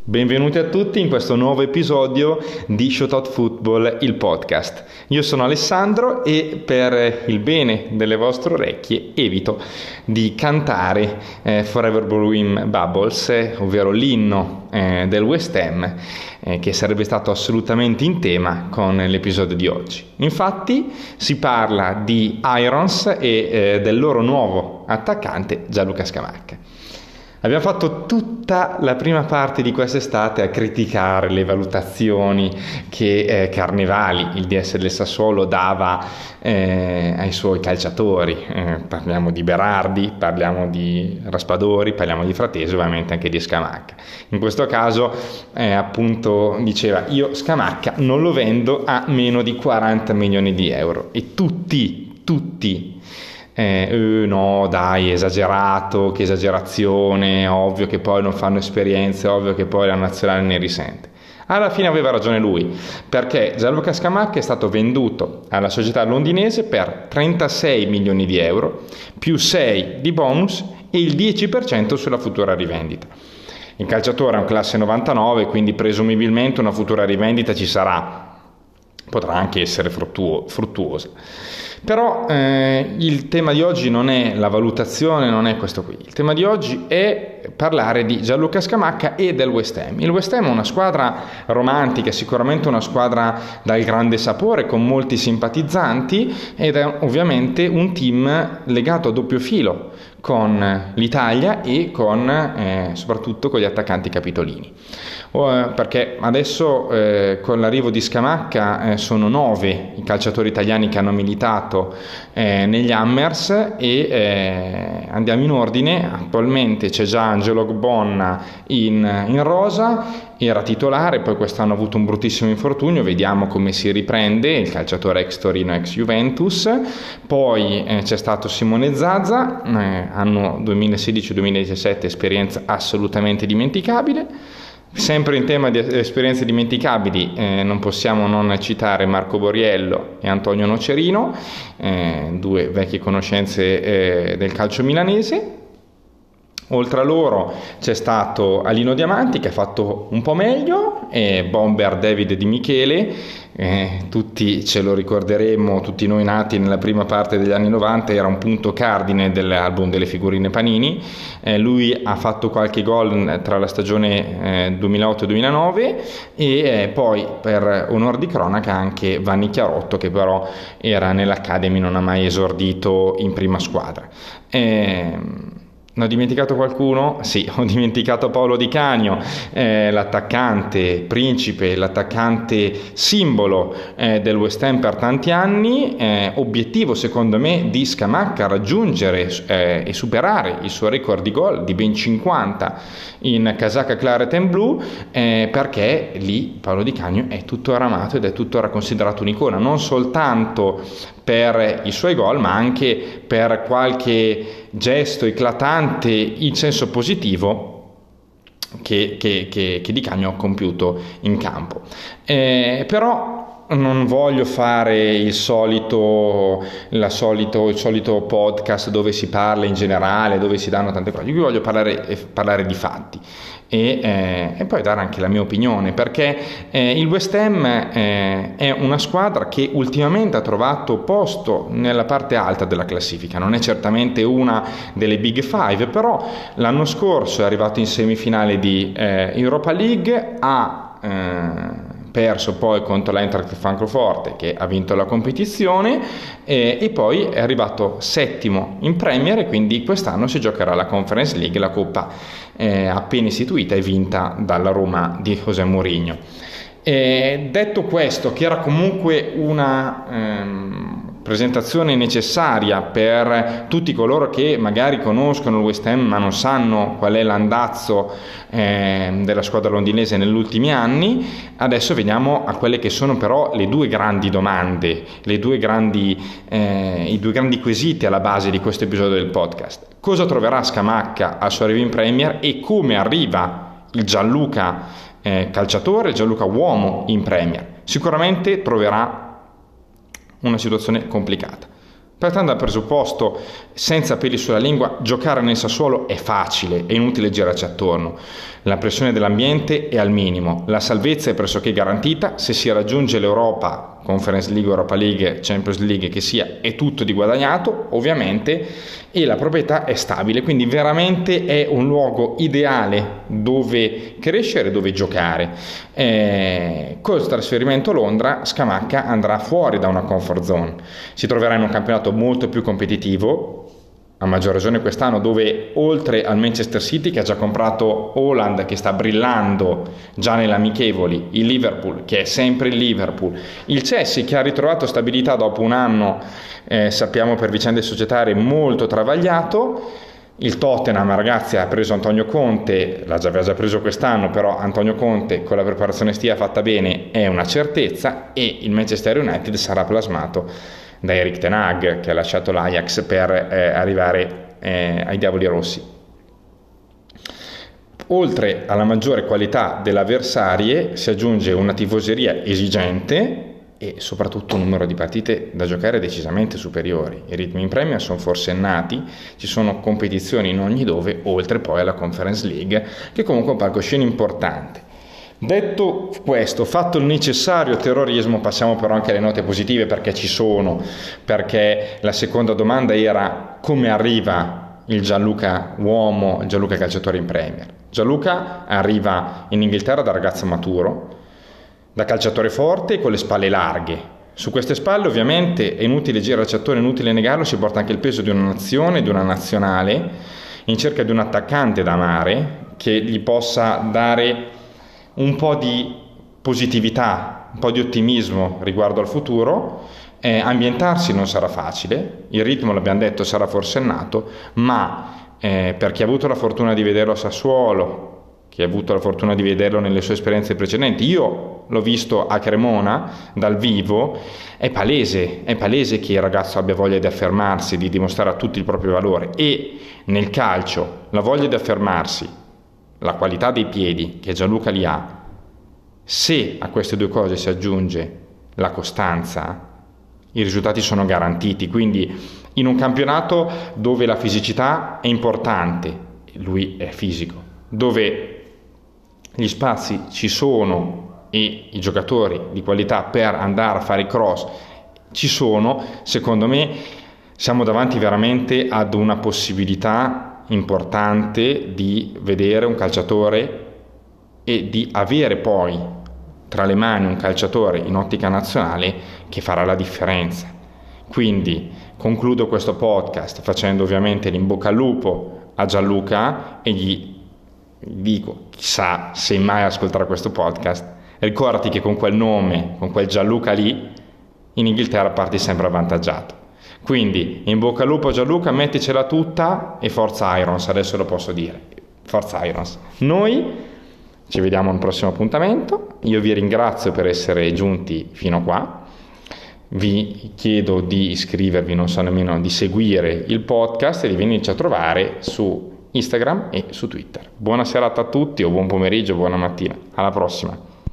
Benvenuti a tutti in questo nuovo episodio di Shootout Football, il podcast. Io sono Alessandro e per il bene delle vostre orecchie evito di cantare Forever Blowing Bubbles, ovvero l'inno del West Ham, che sarebbe stato assolutamente in tema con l'episodio di oggi. Infatti si parla di Irons e del loro nuovo attaccante Gianluca Scamacca. Abbiamo fatto tutta la prima parte di quest'estate a criticare le valutazioni che Carnevali, il DS del Sassuolo, dava ai suoi calciatori. Parliamo di Berardi, parliamo di Raspadori, parliamo di Frattesi, ovviamente anche di Scamacca. In questo caso appunto diceva: io Scamacca non lo vendo a meno di 40 milioni di euro, e tutti no dai, esagerato, che esagerazione, ovvio che poi non fanno esperienze, ovvio che poi la nazionale ne risente. Alla fine aveva ragione lui, perché Gianluca Scamacca è stato venduto alla società londinese per 36 milioni di euro, più 6 di bonus e il 10% sulla futura rivendita. Il calciatore è un classe 99, quindi presumibilmente una futura rivendita ci sarà, potrà anche essere fruttuosa. Però il tema di oggi non è la valutazione, non è questo qui. Il tema di oggi è parlare di Gianluca Scamacca e del West Ham. Il West Ham è una squadra romantica, sicuramente una squadra dal grande sapore, con molti simpatizzanti, ed è ovviamente un team legato a doppio filo con l'Italia e con soprattutto con gli attaccanti capitolini. Perché adesso con l'arrivo di Scamacca sono 9 i calciatori italiani che hanno militato negli Hammers, e andiamo in ordine. Attualmente c'è già Angelo Gbonna in rosa, era titolare, poi quest'anno ha avuto un bruttissimo infortunio, vediamo come si riprende, il calciatore ex Torino, ex Juventus. Poi c'è stato Simone Zaza, anno 2016-2017, esperienza assolutamente dimenticabile. Sempre in tema di esperienze dimenticabili, non possiamo non citare Marco Borriello e Antonio Nocerino, due vecchie conoscenze del calcio milanese. Oltre a loro c'è stato Alino Diamanti, che ha fatto un po' meglio, e Bomber David Di Michele, tutti ce lo ricorderemo, tutti noi nati nella prima parte degli anni 90, era un punto cardine dell'album delle figurine Panini. Lui ha fatto qualche gol tra la stagione 2008-2009 e poi, per onor di cronaca, anche Vanni Chiarotto, che però era nell'Academy, non ha mai esordito in prima squadra. Ne ho dimenticato qualcuno? Sì, ho dimenticato Paolo Di Canio, l'attaccante principe, l'attaccante simbolo del West Ham per tanti anni. Obiettivo secondo me di Scamacca raggiungere e superare il suo record di gol di ben 50 in casacca claret and blue, perché lì Paolo Di Canio è tuttora amato ed è tuttora considerato un'icona, non soltanto per i suoi gol, ma anche per qualche gesto eclatante in senso positivo che Di Canio ha compiuto in campo. Però non voglio fare il solito podcast dove si parla in generale, dove si danno tante cose. Io voglio parlare di fatti e poi dare anche la mia opinione, perché il West Ham è una squadra che ultimamente ha trovato posto nella parte alta della classifica. Non è certamente una delle Big Five, però l'anno scorso è arrivato in semifinale di Europa League, ha perso poi contro l'Eintracht Francoforte, che ha vinto la competizione, e poi è arrivato settimo in Premier, e quindi quest'anno si giocherà la Conference League, la coppa appena istituita e vinta dalla Roma di José Mourinho. Detto questo, che era comunque una presentazione necessaria per tutti coloro che magari conoscono il West Ham ma non sanno qual è l'andazzo della squadra londinese negli ultimi anni, adesso veniamo a quelle che sono però le due grandi domande, i due grandi quesiti alla base di questo episodio del podcast. Cosa troverà Scamacca al suo arrivo in Premier, e come arriva il Gianluca calciatore, Gianluca uomo in Premier? Sicuramente troverà una situazione complicata. Partendo dal presupposto, senza peli sulla lingua, giocare nel Sassuolo è facile, è inutile girarci attorno. La pressione dell'ambiente è al minimo, la salvezza è pressoché garantita, se si raggiunge l'Europa, Conference League, Europa League, Champions League che sia, è tutto di guadagnato, ovviamente, e la proprietà è stabile, quindi veramente è un luogo ideale dove crescere, dove giocare. Col trasferimento a Londra, Scamacca andrà fuori da una comfort zone, si troverà in un campionato molto più competitivo, a maggior ragione quest'anno, dove oltre al Manchester City che ha già comprato Haaland, che sta brillando già nelle amichevoli, il Liverpool che è sempre il Liverpool, il Chelsea che ha ritrovato stabilità dopo un anno, sappiamo per vicende societarie, molto travagliato, il Tottenham, ragazzi, ha preso Antonio Conte, aveva già preso quest'anno, però Antonio Conte con la preparazione estiva fatta bene è una certezza, e il Manchester United sarà plasmato da Erik ten Hag, che ha lasciato l'Ajax per arrivare ai Diavoli Rossi. Oltre alla maggiore qualità delle avversarie si aggiunge una tifoseria esigente e soprattutto un numero di partite da giocare decisamente superiori. I ritmi in Premier sono forsennati, ci sono competizioni in ogni dove, oltre poi alla Conference League, che comunque è un palcoscenico importante. Detto questo, fatto il necessario terrorismo, passiamo però anche alle note positive, perché ci sono, perché la seconda domanda era: come arriva il Gianluca uomo, il Gianluca calciatore in Premier? Gianluca arriva in Inghilterra da ragazzo maturo, da calciatore forte e con le spalle larghe. Su queste spalle ovviamente è inutile girarci attorno, è inutile negarlo, si porta anche il peso di una nazione, di una nazionale, in cerca di un attaccante da amare che gli possa dare un po' di positività, un po' di ottimismo riguardo al futuro. Ambientarsi non sarà facile, il ritmo, l'abbiamo detto, sarà forsennato, ma per chi ha avuto la fortuna di vederlo a Sassuolo, chi ha avuto la fortuna di vederlo nelle sue esperienze precedenti, io l'ho visto a Cremona dal vivo, è palese che il ragazzo abbia voglia di affermarsi, di dimostrare a tutti il proprio valore, e nel calcio la voglia di affermarsi, la qualità dei piedi che Gianluca li ha, se a queste due cose si aggiunge la costanza, i risultati sono garantiti. Quindi in un campionato dove la fisicità è importante, lui è fisico, dove gli spazi ci sono e i giocatori di qualità per andare a fare i cross ci sono, secondo me siamo davanti veramente ad una possibilità importante di vedere un calciatore e di avere poi tra le mani un calciatore in ottica nazionale che farà la differenza. Quindi concludo questo podcast facendo ovviamente l'in bocca al lupo a Gianluca e gli dico, chissà se mai ascolterà questo podcast, ricordati che con quel nome, con quel Gianluca lì, in Inghilterra parti sempre avvantaggiato. Quindi in bocca al lupo Gianluca, metticela tutta e forza Irons, adesso lo posso dire, forza Irons. Noi ci vediamo al prossimo appuntamento, io vi ringrazio per essere giunti fino a qua, vi chiedo di iscrivervi, non so nemmeno, di seguire il podcast e di venirci a trovare su Instagram e su Twitter. Buona serata a tutti, o buon pomeriggio, buona mattina, alla prossima.